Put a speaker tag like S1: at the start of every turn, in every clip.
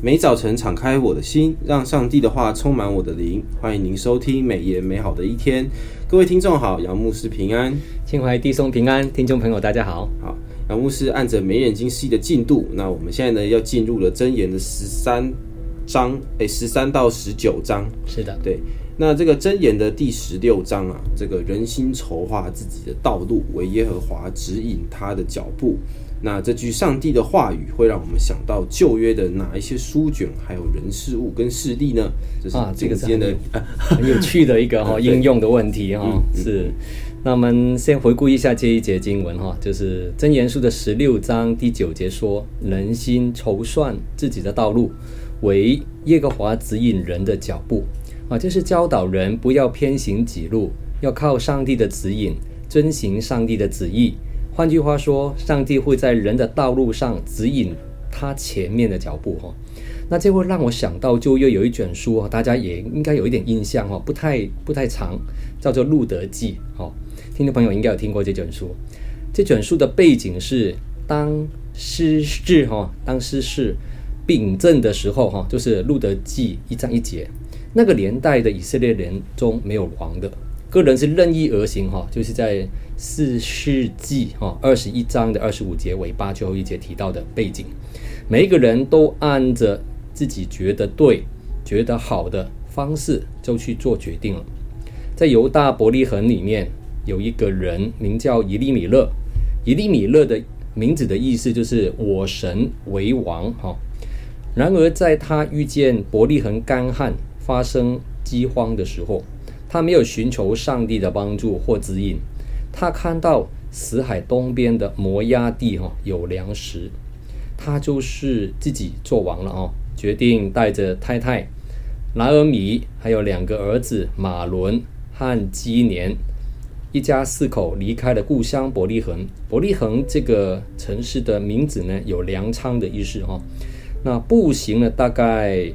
S1: 每早晨敞开我的心，让上帝的话充满我的灵。欢迎您收听美言美好的一天。各位听众好，杨牧师平安，
S2: 清怀弟兄平安，听众朋友大家好。
S1: 好，杨牧师按着每日经释义的进度，那我们现在呢要进入了箴言的13到19章。
S2: 是的，
S1: 对。那这个箴言的第16章啊，这个人心筹划自己的道路，为耶和华指引他的脚步。那这句上帝的话语会让我们想到旧约的哪一些书卷，还有人事物跟事例呢？这是
S2: 这个是很有趣的一个应用的问题是。那我们先回顾一下这一节经文就是箴言书的16章第9节说，人心筹算自己的道路，为耶和华指引人的脚步。就是教导人不要偏行己路，要靠上帝的指引，遵行上帝的旨意。换句话说，上帝会在人的道路上指引他前面的脚步。那这会让我想到旧约有一卷书，大家也应该有一点印象，不太长，叫做路德记。听众朋友应该有听过这卷书。这卷书的背景是当施事秉政的时候，就是路德记1章1节，那个年代的以色列人中没有王的，个人是任意而行，就是在4世纪21章的25节尾巴最后一节提到的背景。每一个人都按着自己觉得对、觉得好的方式就去做决定了。在犹大伯利恒里面有一个人名叫以利米勒，以利米勒的名字的意思就是我神为王。然而在他遇见伯利恒干旱发生饥荒的时候，他没有寻求上帝的帮助或指引。他看到死海东边的摩押地有粮食，他就是自己做王了，决定带着太太拿俄米还有2个儿子马伦和基年，一家4口离开了故乡伯利恒。伯利恒这个城市的名字呢有粮仓的意思。那步行了大概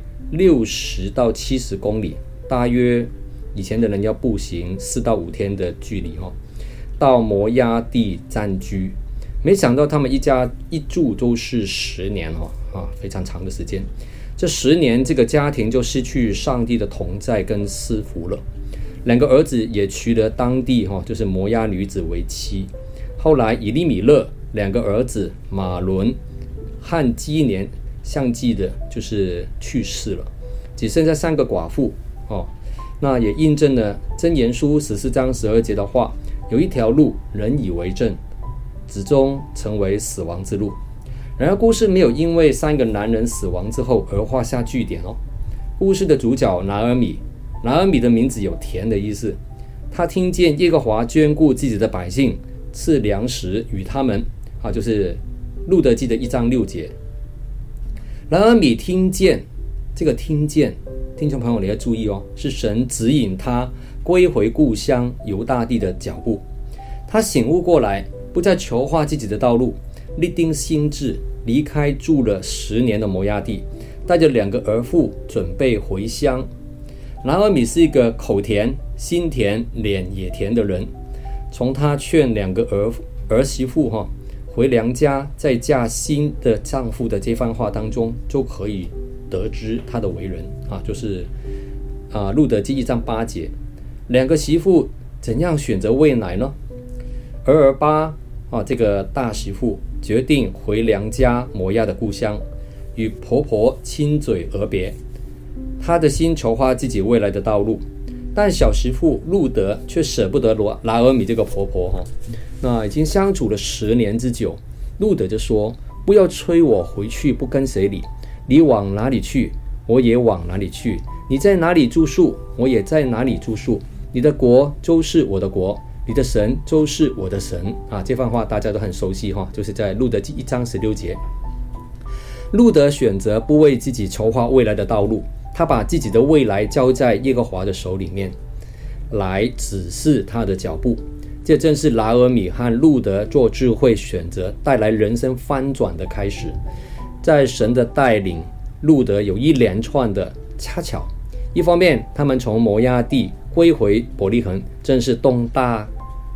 S2: 60到70公里，大约以前的人要步行4到5天的距离，到摩押地暂居。没想到他们一家一住都是10年，非常长的时间。这10年这个家庭就失去上帝的同在跟赐福了。2个儿子也娶了当地就是摩押女子为妻。后来以利米勒2个儿子马伦和基年相继的就是去世了，只剩下3个寡妇。那也印证了箴言书14章12节的话，有一条路人以为正，最终成为死亡之路。然而故事没有因为3个男人死亡之后而画下句点。故事的主角拿俄米的名字有甜的意思，他听见耶和华眷顾自己的百姓，赐粮食与他们，就是路德记的1章6节。拿俄米听见，这个听见，听众朋友你要注意是神指引他归回故乡犹大地的脚步。他醒悟过来，不再筹划自己的道路，立定心志，离开住了10年的摩押地，带着2个儿妇准备回乡。拿俄米是一个口甜、心甜、脸也甜的人。从他劝2个儿媳妇回娘家再嫁新的丈夫的这番话当中，就可以得知他的为人就是路德记1章8节。2个媳妇怎样选择喂奶呢？俄巴这个大媳妇决定回娘家摩押的故乡，与婆婆亲嘴而别。她的心筹划自己未来的道路，但小媳妇路德却舍不得拿俄米这个婆婆。那已经相处了10年之久，路德就说，不要催我回去不跟谁理，你往哪里去我也往哪里去，你在哪里住宿我也在哪里住宿，你的国就是我的国，你的神就是我的神。这番话大家都很熟悉，就是在路德记1章16节。路德选择不为自己筹划未来的道路，他把自己的未来交在耶和华的手里面，来指示他的脚步。这正是拿俄米和路德做智慧选择带来人生翻转的开始。在神的带领，路德有一连串的恰巧。一方面他们从摩押地归回伯利恒，正是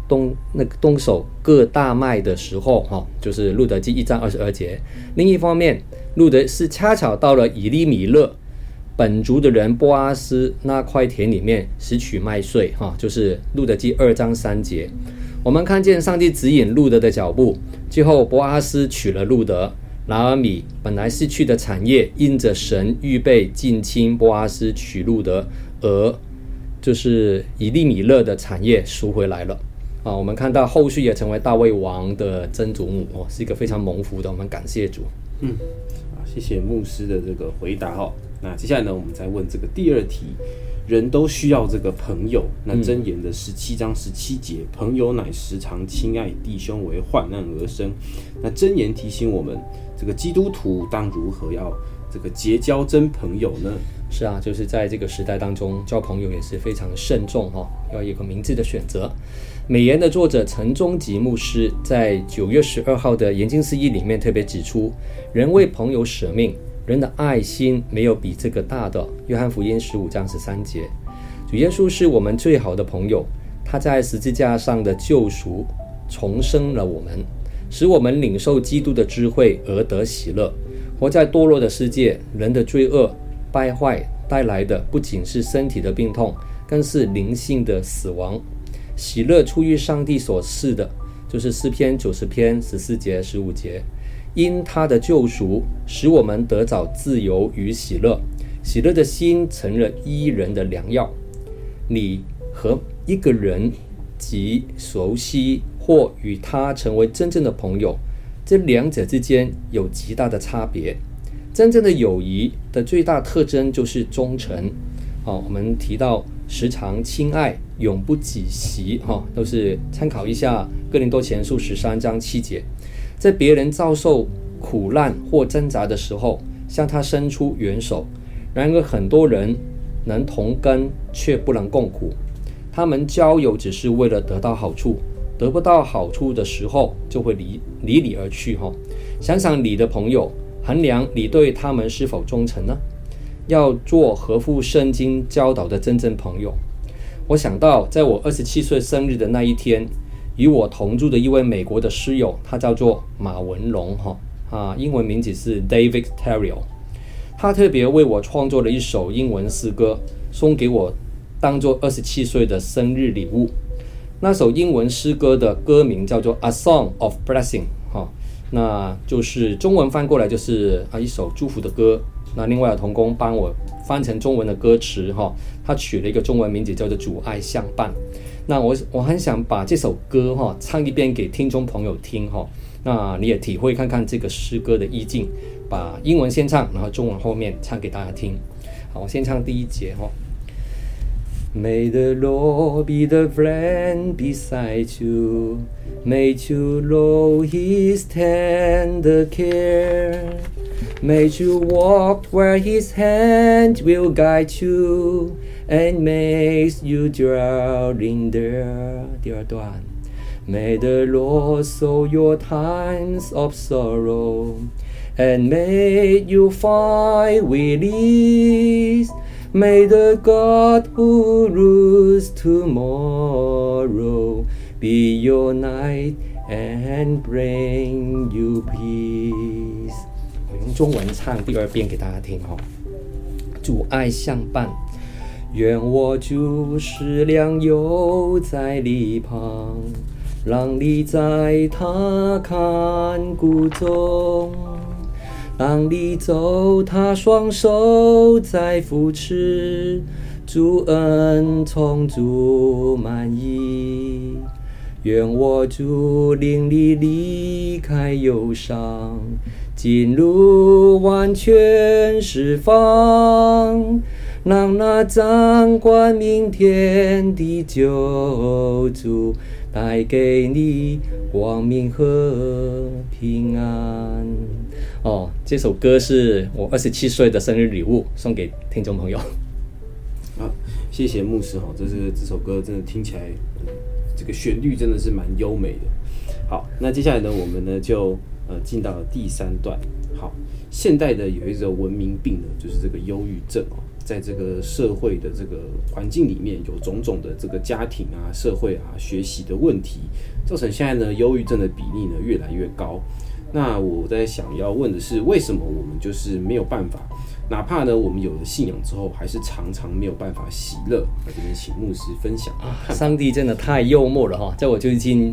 S2: 动手割大麦的时候，就是路得记1章22节。另一方面，路得是恰巧到了以利米勒本族的人波阿斯那块田里面拾取麦穗，就是路得记2章3节。我们看见上帝指引路得的脚步，最后波阿斯娶了路得。拿俄米本来失去的产业，因着神预备近亲波阿斯娶路得，而就是以利米勒的产业赎回来了。我们看到后续也成为大卫王的曾祖母，是一个非常蒙福的，我们感谢主。
S1: 谢谢牧师的这个回答。那接下来呢，我们再问这个第二题，人都需要这个朋友。那箴言的17章17节，朋友乃时常亲爱弟兄为患难而生。那箴言提醒我们，这个基督徒当如何要这个结交真朋友呢？
S2: 是啊，就是在这个时代当中，交朋友也是非常慎重，要有一个明智的选择。美言的作者陈忠吉牧师在9月12号的研经释义里面特别指出，人为朋友舍命，人的爱心没有比这个大的。约翰福音15章13节，主耶稣是我们最好的朋友，他在十字架上的救赎重生了我们，使我们领受基督的智慧而得喜乐。活在堕落的世界，人的罪恶败坏带来的不仅是身体的病痛，更是灵性的死亡。喜乐出于上帝所赐的，就是诗篇90篇14节15节，因他的救赎使我们得着自由与喜乐，喜乐的心成了医人的良药。你和一个人极熟悉或与他成为真正的朋友，这两者之间有极大的差别。真正的友谊的最大特征就是忠诚。我们提到时常亲爱，永不己息，都是参考一下哥林多前书13章7节。在别人遭受苦难或挣扎的时候，向他伸出援手。然而很多人能同甘，却不能共苦。他们交友只是为了得到好处，得不到好处的时候就会离你而去。想想你的朋友，衡量你对他们是否忠诚呢？要做合乎圣经教导的真正朋友。我想到在我27岁生日的那一天，与我同住的一位美国的师友，他叫做马文龙，英文名字是 David Terrell。 他特别为我创作了一首英文诗歌，送给我当作27岁的生日礼物。那首英文诗歌的歌名叫做 A Song of Blessing， 那就是中文翻过来就是一首祝福的歌。那另外有同工帮我翻成中文的歌词，他取了一个中文名字叫做主爱相伴。那我很想把这首歌唱一遍给听众朋友听，那你也体会看看这个诗歌的意境。把英文先唱，然后中文后面唱给大家听。好，我先唱第一节。May the Lord be the friend beside you. May you know his tender care. May you walk where his hand will guide you and makes you dwelling there. 第二段。May the Lord sow your times of sorrow and make you find release. May the God who rules tomorrow be your night and bring you peace. 我用中文唱第二遍给大家听。主爱相伴，愿我主是良友在篱旁，让你在他看顾中。当你走，他双手在扶持，主恩从主满溢。愿我主领你离开忧伤，进入完全释放，让那掌管明天的救主带给你光明和平安。这首歌是我27岁的生日礼物，送给听众朋友。
S1: 谢谢牧师。这首歌真的听起来，这个旋律真的是蛮优美的。好，那接下来呢，我们呢就进到了第3段。好，现代的有一种文明病呢，就是这个忧郁症。 在这个社会的这个环境里面有种种的这个家庭啊、社会啊、学习的问题，造成现在呢忧郁症的比例呢越来越高。那我在想要问的是，为什么我们就是没有办法，哪怕呢我们有了信仰之后，还是常常没有办法喜乐？那这边请牧师分享
S2: 上帝真的太幽默了哈！在我最近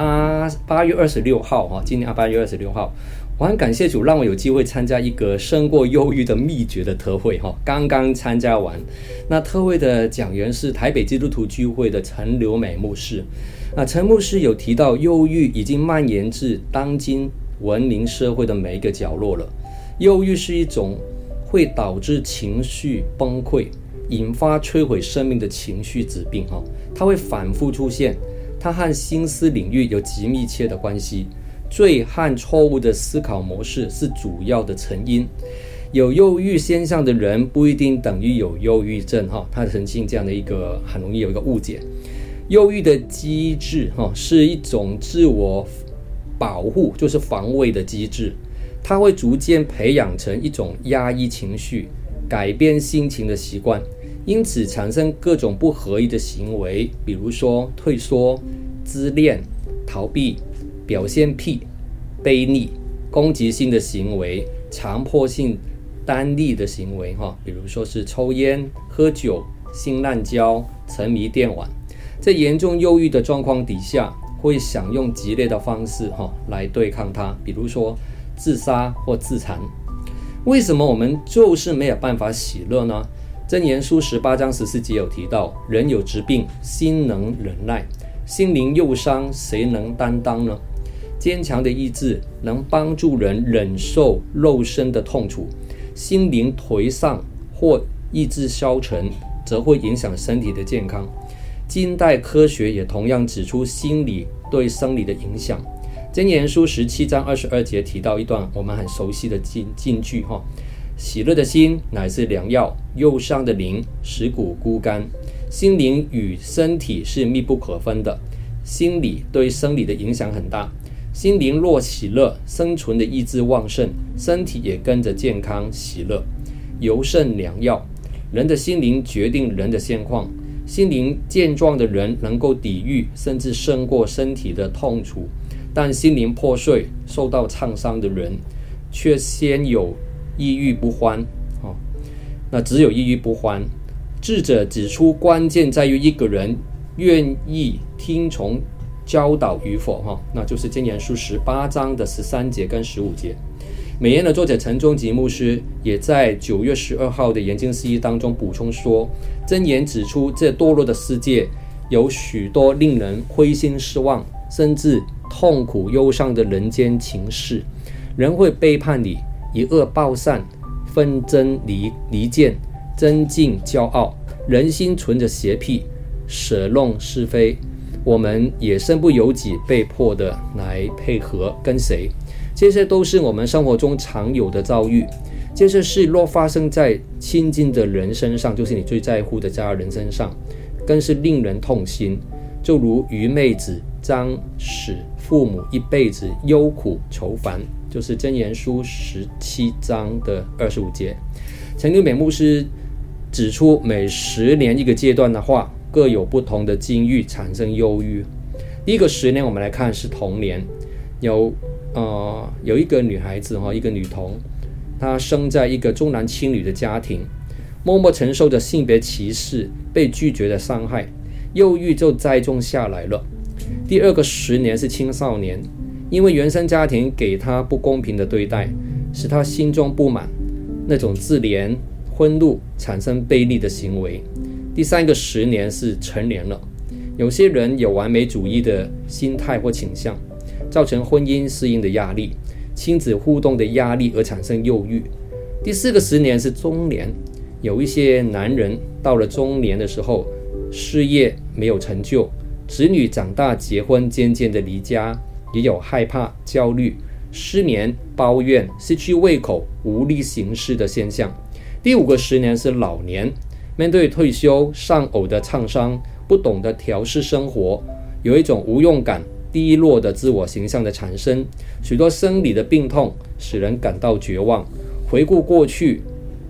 S2: 8月26号哈，今年8月26号，我很感谢主让我有机会参加一个胜过忧郁的秘诀的特会哈，刚刚参加完。那特会的讲员是台北基督徒聚会的陈留美牧师。那陈牧师有提到，忧郁已经蔓延至当今文明社会的每一个角落了。忧郁是一种会导致情绪崩溃、引发摧毁生命的情绪疾病哈，它会反复出现，它和心思领域有极密切的关系。罪和错误的思考模式是主要的成因。有忧郁现象的人不一定等于有忧郁症哈，他曾经这样的一个很容易有一个误解。忧郁的机制是一种自我保护，就是防卫的机制，它会逐渐培养成一种压抑情绪、改变心情的习惯，因此产生各种不合意的行为，比如说退缩、自恋、逃避、表现癖、卑逆、攻击性的行为、强迫性单立的行为，比如说是抽烟、喝酒、性滥交、沉迷电玩。在严重忧郁的状况底下，会想用激烈的方式来对抗它，比如说自杀或自残。为什么我们就是没有办法喜乐呢？箴言书18章14节有提到，人有疾病，心能忍耐，心灵忧伤，谁能担当呢？坚强的意志能帮助人忍受肉身的痛楚，心灵颓丧或意志消沉，则会影响身体的健康。近代科学也同样指出心理对生理的影响。箴言书17章22节提到一段我们很熟悉的金句喜乐的心乃是良药，忧伤的灵使骨枯干。心灵与身体是密不可分的，心理对生理的影响很大。心灵若喜乐，生存的意志旺盛，身体也跟着健康喜乐。尤胜良药，人的心灵决定人的现况。心灵健壮的人能够抵御甚至胜过身体的痛楚，但心灵破碎受到创伤的人却先有抑郁不欢那只有抑郁不欢。智者指出，关键在于一个人愿意听从教导与否那就是箴言书18章的13节跟15节。美言的作者陈忠吉牧师也在9月12号的研经释义当中补充说，箴言指出，这堕落的世界有许多令人灰心失望甚至痛苦忧伤的人间情事，人会背叛你，以恶报善，纷争离间，争竞骄傲，人心存着邪僻，舍弄是非。我们也身不由己，被迫的来配合跟谁，这些都是我们生活中常有的遭遇。这些事若发生在亲近的人身上，就是你最在乎的家人身上，更是令人痛心。就如愚昧子将使父母一辈子忧苦愁烦，就是箴言书17章的25节。陈留美牧师指出，每10年一个阶段的话，各有不同的境遇产生忧郁。第一个10年我们来看是童年，有一个女孩子一个女童，她生在一个重男轻女的家庭，默默承受着性别歧视、被拒绝的伤害，忧郁就栽种下来了。第二个10年是青少年，因为原生家庭给她不公平的对待，使她心中不满，那种自怜、愤怒，产生悖逆的行为。第三个10年是成年了，有些人有完美主义的心态或倾向，造成婚姻适应的压力、亲子互动的压力而产生忧郁。第4个10年是中年，有一些男人到了中年的时候，事业没有成就，子女长大结婚，渐渐的离家，也有害怕、焦虑、失眠、抱怨、失去胃口、无力行事的现象。第5个10年是老年，面对退休、丧偶的创伤，不懂得调试生活，有一种无用感、低落的自我形象的产生，许多生理的病痛使人感到绝望。回顾过去，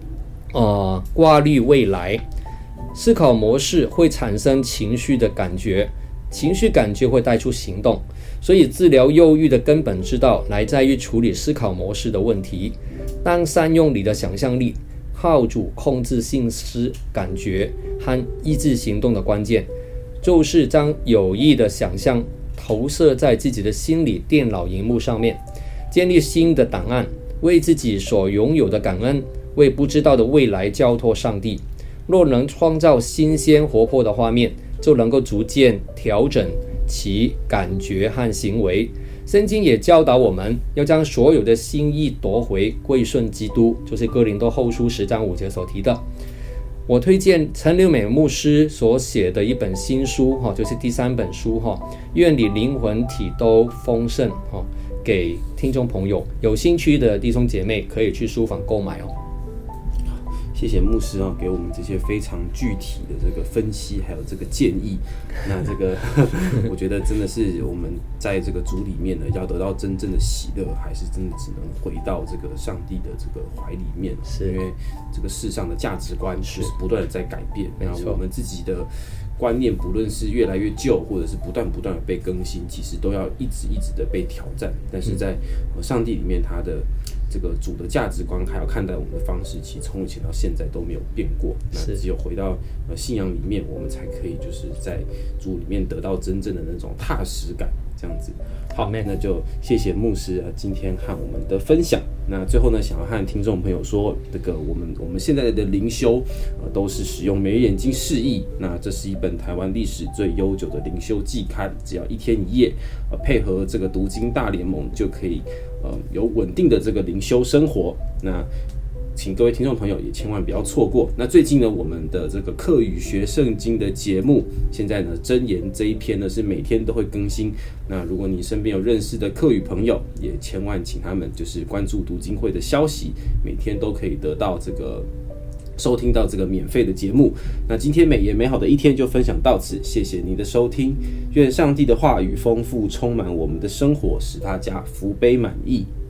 S2: 挂虑未来。思考模式会产生情绪的感觉，情绪感觉会带出行动，所以治疗忧郁的根本之道来在于处理思考模式的问题。当善用你的想象力，号主控制心思感觉和意志行动的关键，就是将有意的想象投射在自己的心理电脑荧幕上面，建立新的档案，为自己所拥有的感恩，为不知道的未来交托上帝。若能创造新鲜活泼的画面，就能够逐渐调整其感觉和行为。圣经也教导我们要将所有的心意夺回，归顺基督，就是哥林多后书10章5节所提的。我推荐陈留美牧师所写的一本新书，就是第3本书，愿你灵魂体都丰盛，给听众朋友，有兴趣的弟兄姐妹可以去书房购买哦。
S1: 谢谢牧师给我们这些非常具体的这个分析，还有这个建议。那这个我觉得真的是我们在这个主里面呢，要得到真正的喜乐，还是真的只能回到这个上帝的这个怀里面。是因为这个世上的价值观是不断的在改变，那我们自己的观念不论是越来越旧，或者是不断的被更新，其实都要一直的被挑战。但是在上帝里面，他的这个主的价值观还有看待我们的方式，其实从以前到现在都没有变过。那只有回到信仰里面，我们才可以就是在主里面得到真正的那种踏实感，这样子。好，那就谢谢牧师今天和我们的分享。那最后呢，想要和听众朋友说，这个我们现在的灵修都是使用每日眼睛释义。那这是一本台湾历史最悠久的灵修季刊，只要1天1夜，配合这个读经大联盟就可以有稳定的这个灵修生活。那请各位听众朋友也千万不要错过。那最近呢，我们的这个课语学圣经的节目，现在呢箴言这一篇呢是每天都会更新。那如果你身边有认识的课语朋友，也千万请他们就是关注读经会的消息，每天都可以得到这个收听到这个免费的节目。那今天美言美好的一天就分享到此，谢谢你的收听。愿上帝的话语丰富充满我们的生活，使大家福杯满溢。